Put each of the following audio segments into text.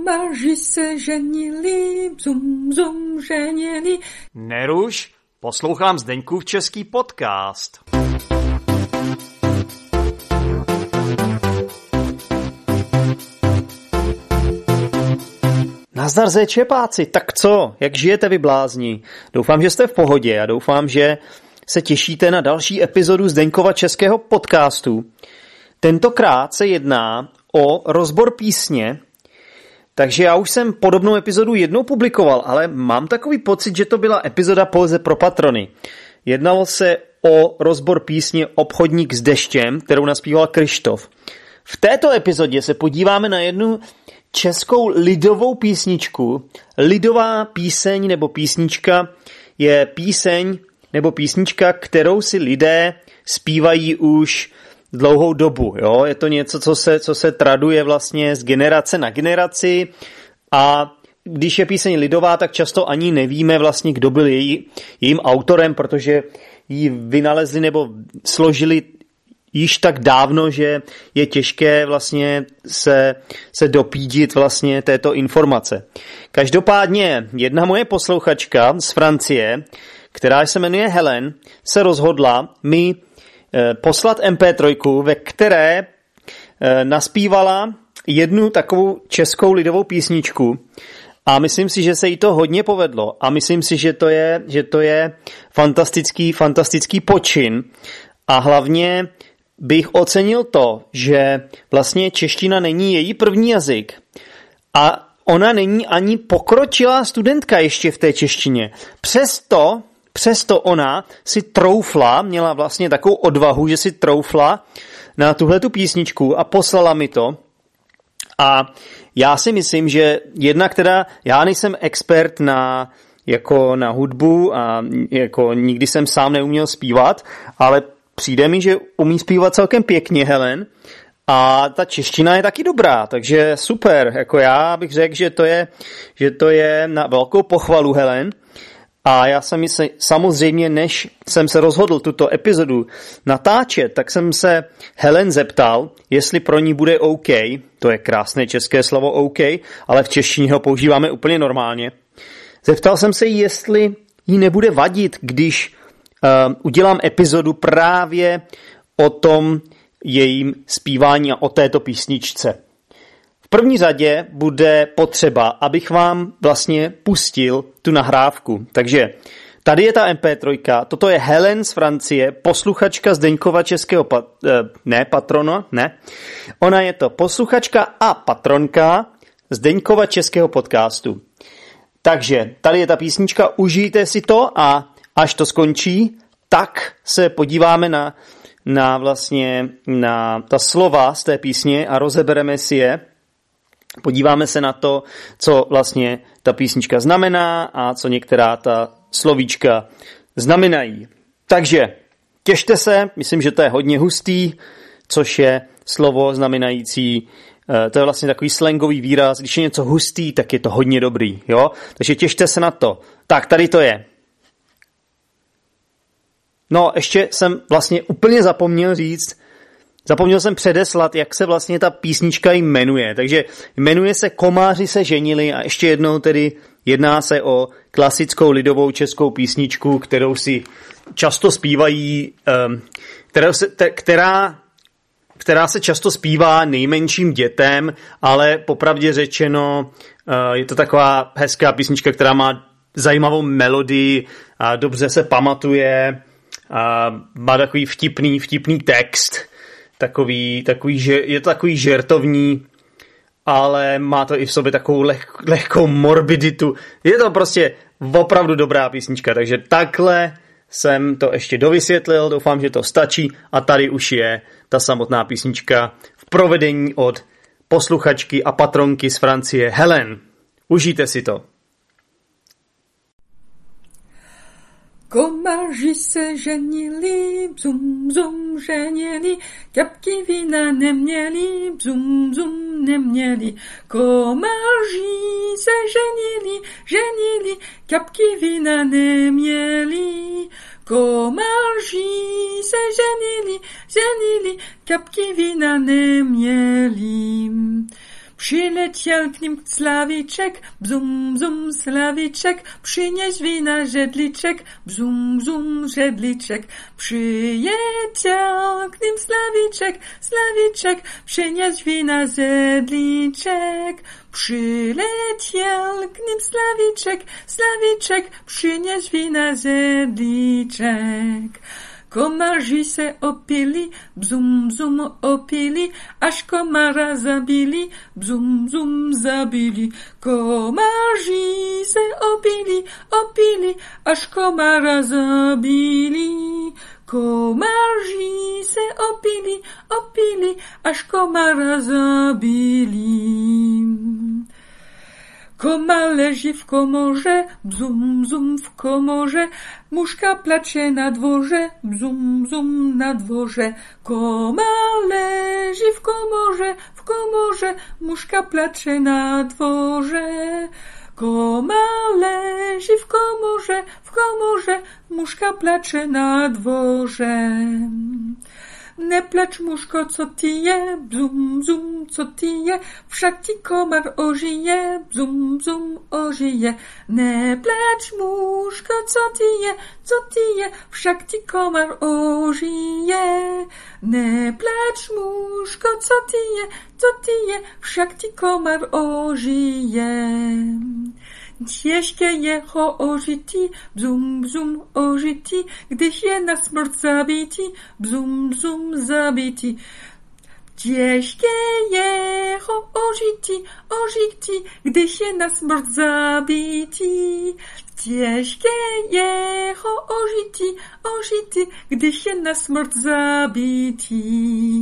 Komáři se ženili, zum, zum, ženili. Neruš, poslouchám Zdeňkův český podcast. Nazdar zéčepáci, tak co, jak žijete vy blázni? Doufám, že jste v pohodě a doufám, že se těšíte na další epizodu Zdeňkova českého podcastu. Tentokrát se jedná o rozbor písně, takže já už jsem podobnou epizodu jednou publikoval, ale mám takový pocit, že to byla epizoda pouze pro patrony. Jednalo se o rozbor písně Obchodník s deštěm, kterou naspíval Kryštof. V této epizodě se podíváme na jednu českou lidovou písničku. Lidová píseň nebo písnička je píseň nebo písnička, kterou si lidé zpívají už dlouhou dobu. Jo? Je to něco, co se traduje vlastně z generace na generaci a když je píseň lidová, tak často ani nevíme vlastně, kdo byl jejím autorem, protože ji vynalezli nebo složili již tak dávno, že je těžké vlastně se dopídit vlastně této informace. Každopádně jedna moje posluchačka z Francie, která se jmenuje Helen, se rozhodla mi poslat MP3, ve které naspívala jednu takovou českou lidovou písničku a myslím si, že se jí to hodně povedlo a myslím si, že to je fantastický počin a hlavně bych ocenil to, že vlastně čeština není její první jazyk a ona není ani pokročilá studentka ještě v té češtině. Přesto ona si troufla, měla vlastně takovou odvahu, že si troufla na tuhletu písničku a poslala mi to. A já si myslím, že já nejsem expert na hudbu a jako nikdy jsem sám neuměl zpívat, ale přijde mi, že umí zpívat celkem pěkně Helen a ta čeština je taky dobrá, takže super. Jako já bych řekl, že to je na velkou pochvalu Helen. A já jsem si samozřejmě, než jsem se rozhodl tuto epizodu natáčet, tak jsem se Helen zeptal, jestli pro ní bude OK, to je krásné české slovo OK, ale v češtině ho používáme úplně normálně. Zeptal jsem se jí, jestli jí nebude vadit, když udělám epizodu právě o tom jejím zpívání a o této písničce. V první řadě bude potřeba, abych vám vlastně pustil tu nahrávku. Takže tady je ta MP3, toto je Helen z Francie, posluchačka Zdeňkova českého patrona. Ona je to posluchačka a patronka Zdeňkova českého podcastu. Takže tady je ta písnička, užijte si to a až to skončí, tak se podíváme na ta slova z té písně a rozebereme si je. Podíváme se na to, co vlastně ta písnička znamená a co některá ta slovíčka znamenají. Takže těšte se, myslím, že to je hodně hustý, což je slovo znamenající, to je vlastně takový slangový výraz, když je něco hustý, tak je to hodně dobrý, jo? Takže těšte se na to. Tak, tady to je. No, ještě jsem vlastně úplně zapomněl jsem předeslat, jak se vlastně ta písnička jmenuje. Takže jmenuje se Komáři se ženili a ještě jednou tedy jedná se o klasickou lidovou českou písničku, kterou si často zpívají, která se často zpívá nejmenším dětem, ale popravdě řečeno je to taková hezká písnička, která má zajímavou melodii a dobře se pamatuje a má takový vtipný text. Je to takový žertovní, ale má to i v sobě takovou lehkou morbiditu. Je to prostě opravdu dobrá písnička, takže takhle jsem to ještě dovysvětlil, doufám, že to stačí a tady už je ta samotná písnička v provedení od posluchačky a patronky z Francie Helen. Užijte si to. Komáři se ženili, zum, zum, ženili, kapky vína neměli, zum, zum, neměli. Komáři se ženili, kapky vína neměli. Komáři se ženili, kapky vína neměli. Przyletěl k nim slavíček, bzum, bzum, slavíček, přiněš vína žedliček, bzum, bzum, žedliček. Przyjetěl k nim slavíček, slavíček, přiněš vína žedliček. Przyletěl k nim slavíček, slavíček, přiněš vína žedliček. Komaři se opili, bzum, bzum, opili, až komara zabili, bzum, bzum, zabili. Komaři se opili, opili, až komara zabili. Komaři se opili, opili, až komara zabili. Komar leží v komoře, bzum, bzum v komoře, mužka plače na dvoře, bzum, bzum na dvoře. Komar leží v komoře, mužka plače na dvoře. Komar leží v komoře, mužka plače na dvoře. Neplacz, muszko, co ty je, bzum, bzum, co ty je, wszak ci komar ożyje, bzum, bzum, ożyje. Neplacz, muszko, co ty je, wszak ci komar ożyje. Neplacz, muszko, co ty je, wszak ci komar ożyje. Ciężkie jeho ożyci, bzum, bzum, ożyci, gdyś je na smrt zabiti, bzum, bzum, zabiti. Ciężkie jeho ożyci, gdyś je na smrt zabiti. Ciężkie jeho ożyci, gdyś je na smrt zabiti.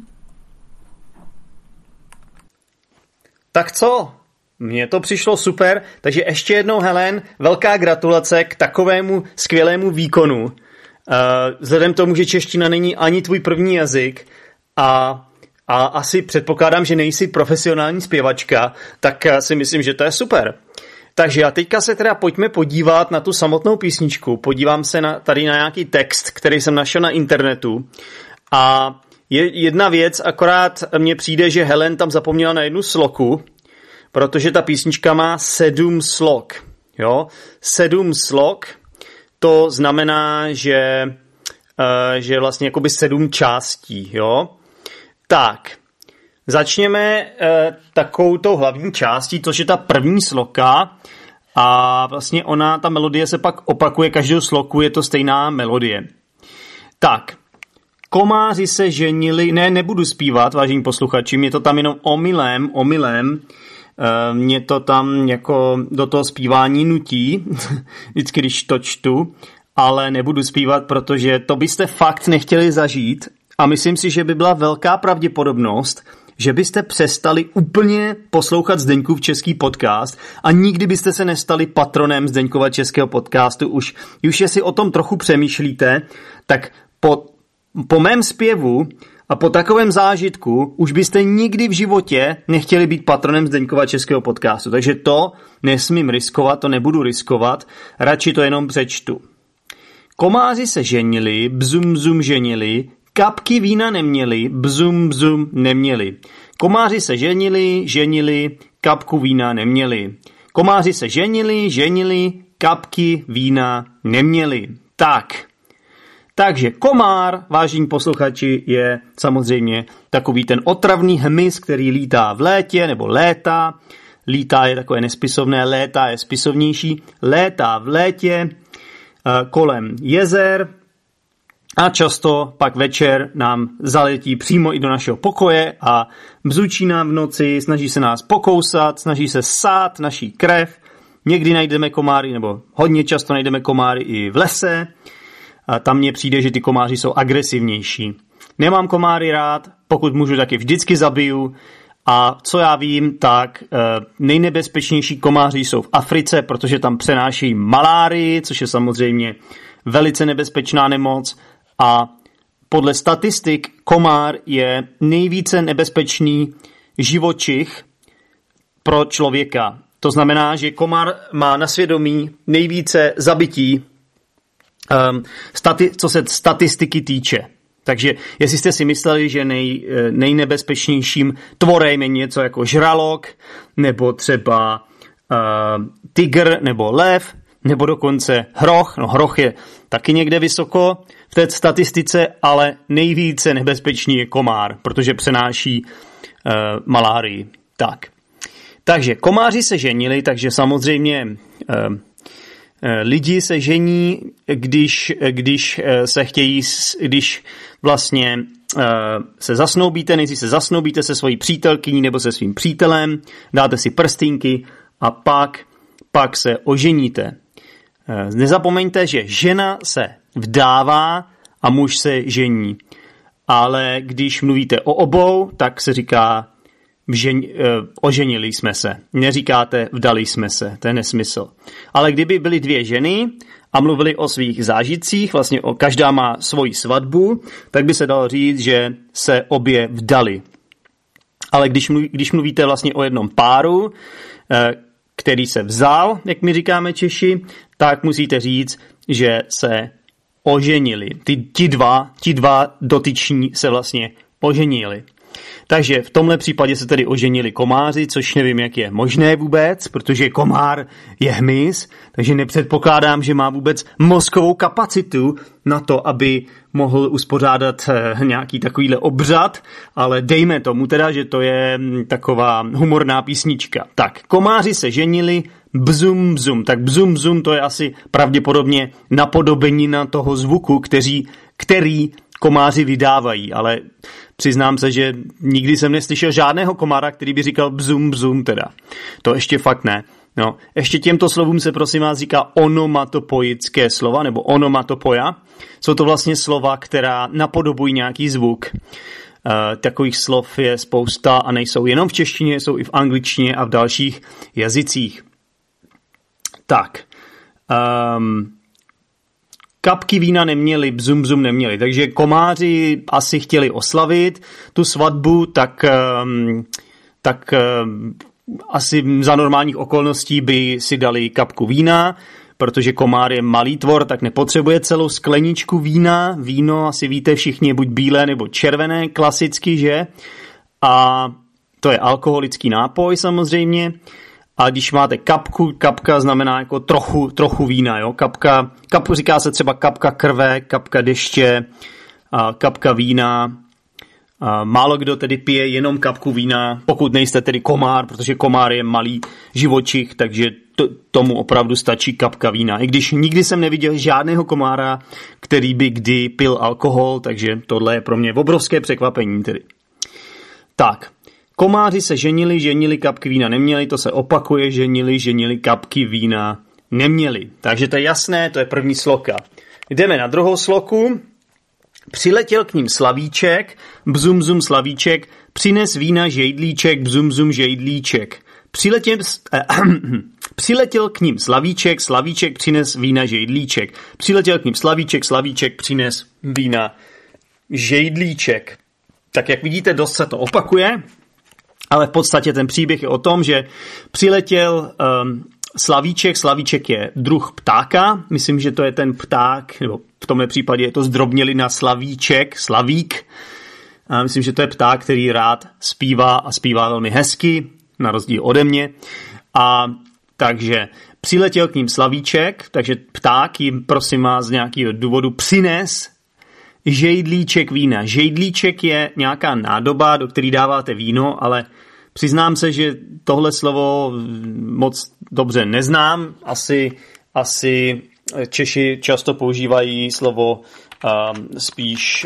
Tak co? Mně to přišlo super, takže ještě jednou, Helen, velká gratulace k takovému skvělému výkonu. Vzhledem k tomu, že čeština není ani tvůj první jazyk a asi předpokládám, že nejsi profesionální zpěvačka, tak si myslím, že to je super. Takže a teďka se teda pojďme podívat na tu samotnou písničku. Podívám se tady na nějaký text, který jsem našel na internetu. A je jedna věc, akorát mně přijde, že Helen tam zapomněla na jednu sloku, protože ta písnička má 7 slok. Jo? 7 slok, to znamená, že vlastně jakoby 7 částí. Jo? Tak, začněme takovou tou hlavní částí, což je ta první sloka a vlastně ta melodie se pak opakuje, každou sloku je to stejná melodie. Tak, komáři se ženili, nebudu zpívat, vážení posluchači, mě to tam jenom omylem, mě to tam jako do toho zpívání nutí, vždycky když to čtu, ale nebudu zpívat, protože to byste fakt nechtěli zažít a myslím si, že by byla velká pravděpodobnost, že byste přestali úplně poslouchat Zdeňkův český podcast a nikdy byste se nestali patronem Zdeňkova českého podcastu. Už jestli o tom trochu přemýšlíte, tak po mém zpěvu a po takovém zážitku už byste nikdy v životě nechtěli být patronem Zdeňkova českého podcastu. Takže to nesmím riskovat, to nebudu riskovat, radši to jenom přečtu. Komáři se ženili, bzum bzum ženili, kapky vína neměli, bzum bzum neměli. Komáři se ženili, kapku vína neměli. Komáři se ženili, kapky vína neměli. Takže komár, vážení posluchači, je samozřejmě takový ten otravný hmyz, který lítá v létě nebo létá. Lítá je takové nespisovné, létá je spisovnější. Létá v létě kolem jezer a často pak večer nám zaletí přímo i do našeho pokoje a bzučí nám v noci, snaží se nás pokousat, snaží se sát naší krev. Někdy najdeme komáry, nebo hodně často najdeme komáry i v lese. A tam mně přijde, že ty komáři jsou agresivnější. Nemám komáry rád, pokud můžu, taky vždycky zabiju. A co já vím, tak nejnebezpečnější komáři jsou v Africe, protože tam přenášejí malárii, což je samozřejmě velice nebezpečná nemoc. A podle statistik komár je nejvíce nebezpečný živočich pro člověka. To znamená, že komár má na svědomí nejvíce zabití, co se statistiky týče. Takže jestli jste si mysleli, že nejnebezpečnějším tvorem je něco jako žralok, nebo třeba tygr, nebo lev, nebo dokonce hroch. No hroch je taky někde vysoko v té statistice, ale nejvíce nebezpečný je komár, protože přenáší malárii. Takže komáři se ženili, takže samozřejmě lidi se žení, když vlastně se zasnoubíte, nejdřív se zasnoubíte se svojí přítelkyní nebo se svým přítelem, dáte si prstínky a pak se oženíte. Nezapomeňte, že žena se vdává a muž se žení. Ale když mluvíte o obou, tak se říká oženili jsme se. Neříkáte vdali jsme se, to je nesmysl. Ale kdyby byly dvě ženy a mluvili o svých zážitcích, vlastně každá má svoji svatbu, tak by se dalo říct, že se obě vdali. Ale když mluvíte vlastně o jednom páru, který se vzal, jak my říkáme Češi, tak musíte říct, že se oženili. Ti dva dotyční se vlastně oženili. Takže v tomhle případě se tedy oženili komáři, což nevím, jak je možné vůbec, protože komár je hmyz, takže nepředpokládám, že má vůbec mozkovou kapacitu na to, aby mohl uspořádat nějaký takovýhle obřad, ale dejme tomu teda, že to je taková humorná písnička. Tak, komáři se ženili, bzum bzum, tak bzum bzum to je asi pravděpodobně napodobenina toho zvuku, který komáři vydávají, ale přiznám se, že nikdy jsem neslyšel žádného komára, který by říkal bzum bzum teda. To ještě fakt ne. No, ještě těmto slovům se prosím vás říká onomatopoické slova, nebo onomatopoja. Jsou to vlastně slova, která napodobují nějaký zvuk. Takových slov je spousta a nejsou jenom v češtině, jsou i v angličtině a v dalších jazycích. Tak. Kapky vína neměli, bzum bzum neměli, takže komáři asi chtěli oslavit tu svatbu, tak asi za normálních okolností by si dali kapku vína, protože komár je malý tvor, tak nepotřebuje celou skleničku vína. Víno asi víte všichni je buď bílé nebo červené, klasicky, že? A to je alkoholický nápoj samozřejmě. A když máte kapku, kapka znamená jako trochu vína, jo? Kapku říká se třeba kapka krve, kapka deště, kapka vína. Málo kdo tedy pije jenom kapku vína, pokud nejste tedy komár, protože komár je malý živočich, takže tomu opravdu stačí kapka vína. I když nikdy jsem neviděl žádného komára, který by kdy pil alkohol, takže tohle je pro mě obrovské překvapení tedy. Tak. Komáři se ženili, kapky vína neměli, to se opakuje, ženili, kapky vína neměli. Takže to je jasné, to je první sloka. Jdeme na druhou sloku. Přiletěl k ním slavíček, bzum bzum slavíček, přines vína žejdlíček, bzum bzum žejdlíček. Přiletěl k ním slavíček, slavíček přines vína žejdlíček. Přiletěl k ním slavíček, slavíček přines vína žejdlíček. Tak jak vidíte, dost se to opakuje. Ale v podstatě ten příběh je o tom, že přiletěl slavíček. Slavíček je druh ptáka. Myslím, že to je ten pták, nebo v tomhle případě je to zdrobnělina slavíček, slavík. A myslím, že to je pták, který rád zpívá a zpívá velmi hezky, na rozdíl ode mě. A takže přiletěl k ním slavíček, takže pták jim, prosím vás, z nějakého důvodu přines žejdlíček vína. Žejdlíček je nějaká nádoba, do které dáváte víno, ale přiznám se, že tohle slovo moc dobře neznám. Asi Češi často používají slovo spíš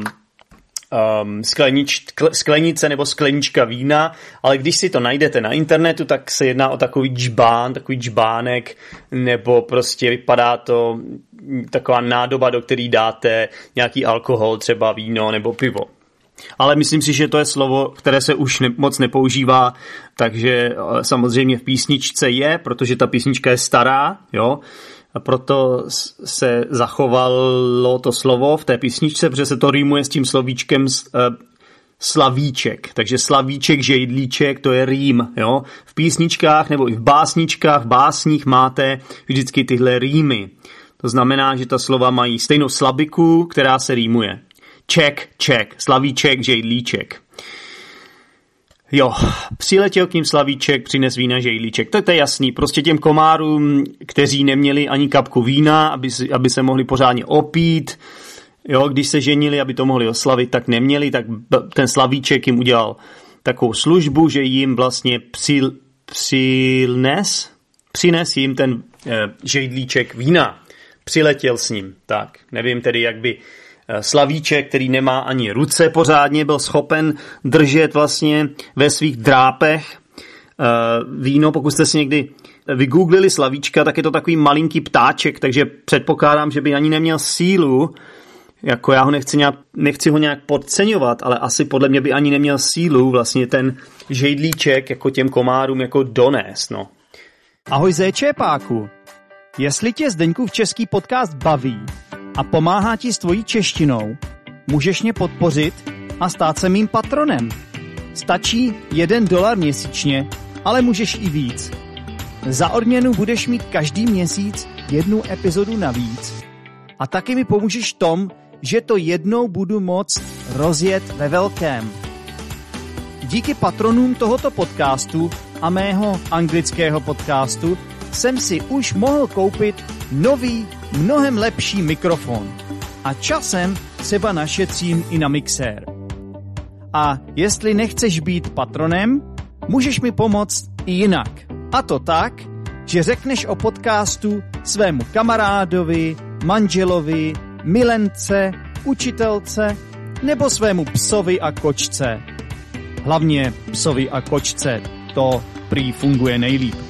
sklenice nebo sklenička vína, ale když si to najdete na internetu, tak se jedná o takový džbánek, nebo prostě vypadá to taková nádoba, do které dáte nějaký alkohol, třeba víno nebo pivo. Ale myslím si, že to je slovo, které se už moc nepoužívá, takže samozřejmě v písničce je, protože ta písnička je stará, jo, a proto se zachovalo to slovo v té písničce, protože se to rýmuje s tím slovíčkem slavíček. Takže slavíček, žejdlíček, to je rým. Jo? V písničkách nebo i v básničkách, v básních máte vždycky tyhle rýmy. To znamená, že ta slova mají stejnou slabiku, která se rýmuje. Ček, Slavíček, žejdlíček. Jo, přiletěl k ním Slavíček, přines vína, žejdlíček. To je jasný, prostě těm komárům, kteří neměli ani kapku vína, aby se mohli pořádně opít, jo, když se ženili, aby to mohli oslavit, tak neměli, tak ten Slavíček jim udělal takovou službu, že jim vlastně přines jim ten žejdlíček vína. Přiletěl s ním, tak nevím tedy, jak by Slavíček, který nemá ani ruce pořádně, byl schopen držet vlastně ve svých drápech víno. Pokud jste si někdy vygooglili Slavíčka, tak je to takový malinký ptáček, takže předpokládám, že by ani neměl sílu, jako já ho nechci ho nějak podceňovat, ale asi podle mě by ani neměl sílu vlastně ten žejdlíček jako těm komárům jako donést, no. Ahoj zéčépáku, jestli tě Zdeňkův český podcast baví a pomáhá ti s tvojí češtinou, můžeš mě podpořit a stát se mým patronem. Stačí $1 měsíčně, ale můžeš i víc. Za odměnu budeš mít každý měsíc 1 epizodu navíc. A taky mi pomůžeš tom, že to jednou budu moct rozjet ve velkém. Díky patronům tohoto podcastu a mého anglického podcastu jsem si už mohl koupit nový, mnohem lepší mikrofon. A časem třeba našetřím i na mixér. A jestli nechceš být patronem, můžeš mi pomoct i jinak. A to tak, že řekneš o podcastu svému kamarádovi, manželovi, milence, učitelce nebo svému psovi a kočce. Hlavně psovi a kočce, to prý funguje nejlíp.